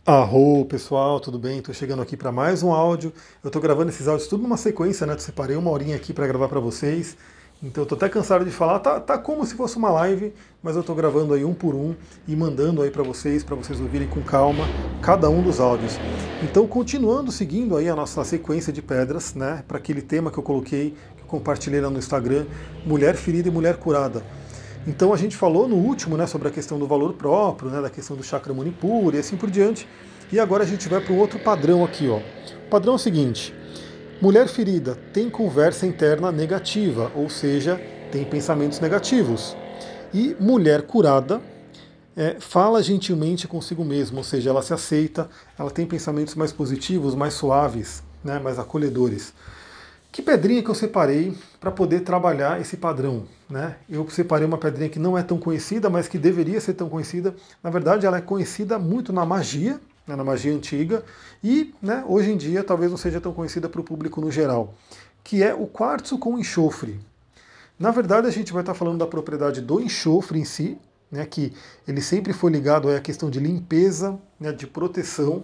Arro, pessoal, tudo bem? Estou chegando aqui para mais um áudio. Eu estou gravando esses áudios tudo numa sequência, né? Eu separei uma horinha aqui para gravar para vocês. Então eu estou até cansado de falar. Tá como se fosse uma live, mas eu estou gravando aí um por um e mandando aí para vocês ouvirem com calma cada um dos áudios. Então, continuando seguindo aí a nossa sequência de pedras, né? Para aquele tema que eu coloquei, que eu compartilhei lá no Instagram, mulher ferida e mulher curada. Então a gente falou no último, né, sobre a questão do valor próprio, né, da questão do chakra Manipura e assim por diante. E agora a gente vai para um outro padrão aqui, ó. O padrão é o seguinte: mulher ferida tem conversa interna negativa, ou seja, tem pensamentos negativos. E mulher curada fala gentilmente consigo mesma, ou seja, ela se aceita, ela tem pensamentos mais positivos, mais suaves, né, mais acolhedores. Que pedrinha que eu separei para poder trabalhar esse padrão? Né? Eu separei uma pedrinha que não é tão conhecida, mas que deveria ser tão conhecida. Na verdade, ela é conhecida muito na magia, né, na magia antiga, e né, hoje em dia talvez não seja tão conhecida para o público no geral, que é o quartzo com enxofre. Na verdade, a gente vai estar falando da propriedade do enxofre em si, né, que ele sempre foi ligado à questão de limpeza, né, de proteção.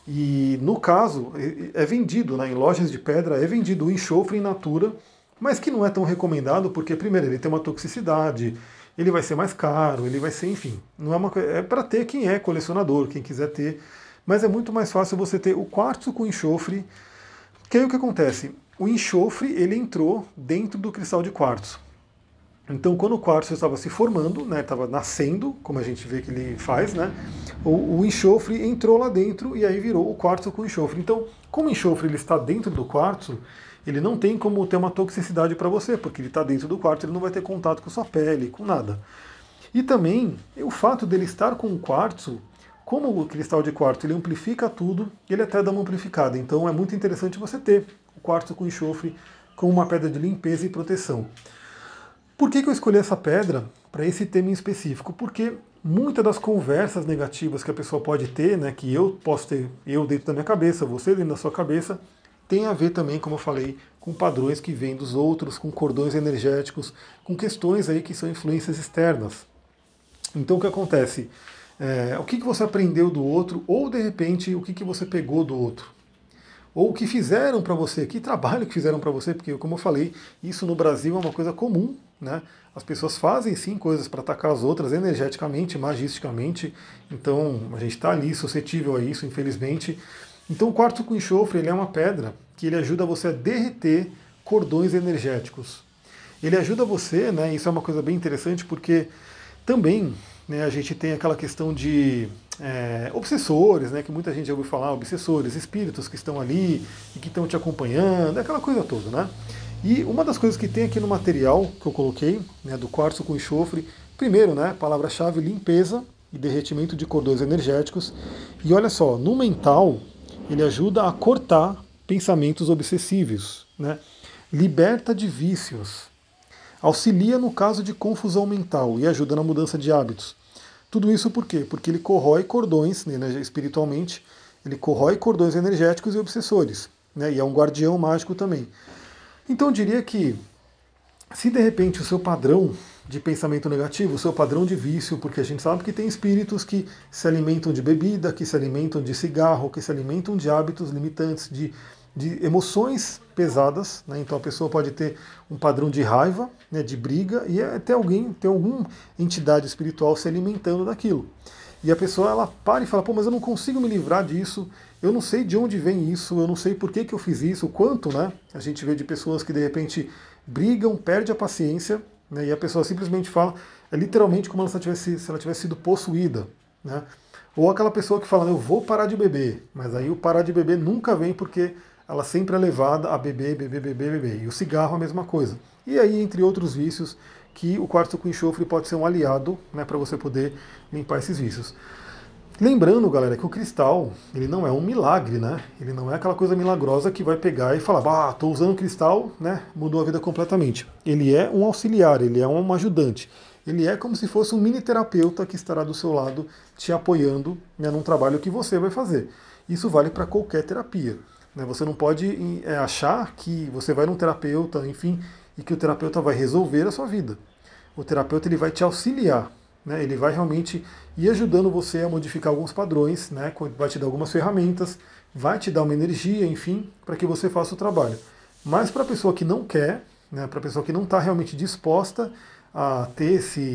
E no caso, é vendido, né, em lojas de pedra, é vendido o enxofre in natura, mas que não é tão recomendado porque, primeiro, ele tem uma toxicidade, ele vai ser mais caro, ele vai ser, enfim, não é uma é para ter quem é colecionador, quem quiser ter, mas é muito mais fácil você ter o quartzo com enxofre, que aí o que acontece? O enxofre ele entrou dentro do cristal de quartzo. Então, quando o quartzo estava se formando, né, estava nascendo, como a gente vê que ele faz, né, o enxofre entrou lá dentro e aí virou o quartzo com enxofre. Então, como o enxofre ele está dentro do quartzo, ele não tem como ter uma toxicidade para você, porque ele está dentro do quartzo, ele não vai ter contato com sua pele, com nada. E também, o fato dele estar com o quartzo, como o cristal de quartzo ele amplifica tudo, ele até dá uma amplificada. Então, é muito interessante você ter o quartzo com enxofre como uma pedra de limpeza e proteção. Por que eu escolhi essa pedra para esse tema em específico? Porque muitas das conversas negativas que a pessoa pode ter, né, que eu posso ter, eu dentro da minha cabeça, você dentro da sua cabeça, tem a ver também, como eu falei, com padrões que vêm dos outros, com cordões energéticos, com questões aí que são influências externas. Então o que acontece? O que você aprendeu do outro, ou de repente o que você pegou do outro? Ou o que fizeram para você, que trabalho que fizeram para você, porque, como eu falei, isso no Brasil é uma coisa comum, né? As pessoas fazem sim coisas para atacar as outras energeticamente, magisticamente, então a gente está ali suscetível a isso, infelizmente. Então o quartzo com enxofre ele é uma pedra que ele ajuda você a derreter cordões energéticos. Ele ajuda você, né? Isso é uma coisa bem interessante porque também, né, a gente tem aquela questão de obsessores, né, que muita gente já ouviu falar, obsessores, espíritos que estão ali e que estão te acompanhando, aquela coisa toda, né? E uma das coisas que tem aqui no material que eu coloquei, né, do quartzo com enxofre, primeiro, né, palavra-chave limpeza e derretimento de cordões energéticos. E olha só, no mental, ele ajuda a cortar pensamentos obsessivos, né? Liberta de vícios, auxilia no caso de confusão mental e ajuda na mudança de hábitos. Tudo isso por quê? Porque ele corrói cordões, né, espiritualmente, ele corrói cordões energéticos e obsessores, né, e é um guardião mágico também. Então eu diria que se de repente o seu padrão de pensamento negativo, o seu padrão de vício, porque a gente sabe que tem espíritos que se alimentam de bebida, que se alimentam de cigarro, que se alimentam de hábitos limitantes, de emoções pesadas, né? Então a pessoa pode ter um padrão de raiva, né, de briga, e até alguém, tem alguma entidade espiritual se alimentando daquilo. E a pessoa ela para e fala, pô, mas eu não consigo me livrar disso, eu não sei de onde vem isso, eu não sei por que, que eu fiz isso, o quanto, né? A gente vê de pessoas que de repente brigam, perde a paciência, né, e a pessoa simplesmente fala, é literalmente como se ela tivesse sido possuída, né? Ou aquela pessoa que fala, eu vou parar de beber, mas aí o parar de beber nunca vem porque ela sempre é levada a beber, beber, beber, beber. E o cigarro a mesma coisa. E aí, entre outros vícios, que o quartzo com enxofre pode ser um aliado, né, para você poder limpar esses vícios. Lembrando, galera, que o cristal, ele não é um milagre, né? Ele não é aquela coisa milagrosa que vai pegar e falar, tô usando cristal, né? Mudou a vida completamente. Ele é um auxiliar, ele é um ajudante. Ele é como se fosse um mini terapeuta que estará do seu lado te apoiando, né, num trabalho que você vai fazer. Isso vale para qualquer terapia, né? Você não pode achar que você vai num terapeuta, enfim, e que o terapeuta vai resolver a sua vida. O terapeuta ele vai te auxiliar. né? Ele vai realmente ir ajudando você a modificar alguns padrões, né? Vai te dar algumas ferramentas, vai te dar uma energia, enfim, para que você faça o trabalho. Mas para a pessoa que não quer, né? Para a pessoa que não está realmente disposta a ter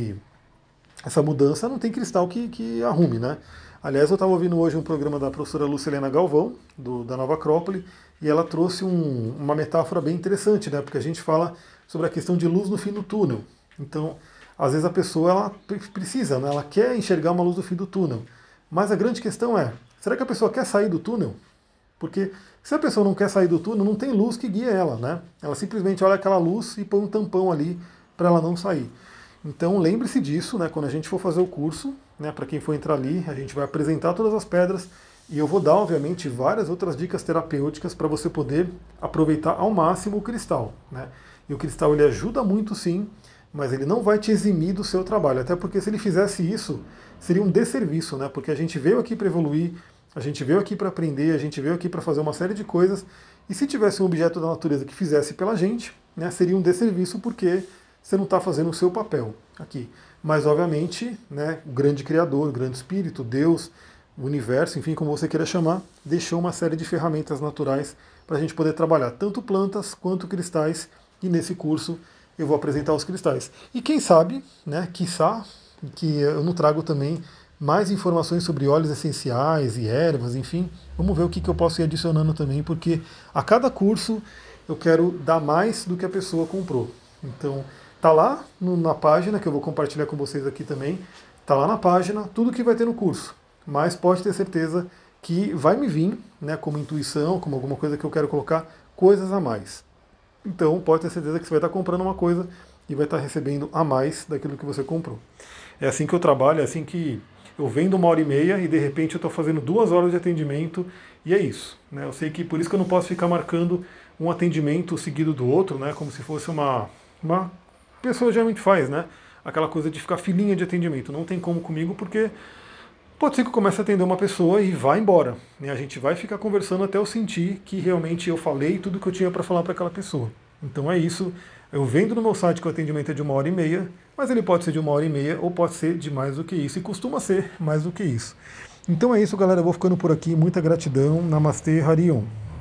essa mudança, não tem cristal que arrume, né? Aliás, eu estava ouvindo hoje um programa da professora Lucilena Galvão, da Nova Acrópole, e ela trouxe uma metáfora bem interessante, né? Porque a gente fala sobre a questão de luz no fim do túnel. Então, às vezes a pessoa ela precisa, né? Ela quer enxergar uma luz no fim do túnel. Mas a grande questão é, será que a pessoa quer sair do túnel? Porque se a pessoa não quer sair do túnel, não tem luz que guie ela, né? Ela simplesmente olha aquela luz e põe um tampão ali para ela não sair. Então lembre-se disso, né? Quando a gente for fazer o curso, né? Para quem for entrar ali, a gente vai apresentar todas as pedras e eu vou dar, obviamente, várias outras dicas terapêuticas para você poder aproveitar ao máximo o cristal, né? E o cristal ele ajuda muito, sim, mas ele não vai te eximir do seu trabalho, até porque se ele fizesse isso, seria um desserviço, né? Porque a gente veio aqui para evoluir, a gente veio aqui para aprender, a gente veio aqui para fazer uma série de coisas, e se tivesse um objeto da natureza que fizesse pela gente, né, seria um desserviço porque você não está fazendo o seu papel aqui. Mas, obviamente, né, o grande Criador, o grande Espírito, Deus, o universo, enfim, como você queira chamar, deixou uma série de ferramentas naturais para a gente poder trabalhar tanto plantas quanto cristais, e nesse curso eu vou apresentar os cristais. E quem sabe, né, quiçá, que eu não trago também mais informações sobre óleos essenciais e ervas, enfim, vamos ver o que eu posso ir adicionando também, porque a cada curso eu quero dar mais do que a pessoa comprou. Então, tá lá na página, que eu vou compartilhar com vocês aqui também, tá lá na página tudo que vai ter no curso, mas pode ter certeza que vai me vir, né, como intuição, como alguma coisa que eu quero colocar, coisas a mais. Então pode ter certeza que você vai estar comprando uma coisa e vai estar recebendo a mais daquilo que você comprou. É assim que eu trabalho, é assim que eu vendo 1h30 e de repente eu estou fazendo 2 horas de atendimento e é isso, né? Eu sei que por isso que eu não posso ficar marcando um atendimento seguido do outro, né? Como se fosse uma pessoa geralmente faz, né? Aquela coisa de ficar filinha de atendimento. Não tem como comigo porque pode ser que eu comece a atender uma pessoa e vá embora, né? A gente vai ficar conversando até eu sentir que realmente eu falei tudo que eu tinha para falar para aquela pessoa. Então é isso. Eu vendo no meu site que o atendimento é de 1h30, mas ele pode ser de 1h30 ou pode ser de mais do que isso, e costuma ser mais do que isso. Então é isso, galera. Eu vou ficando por aqui. Muita gratidão. Namastê, Harion.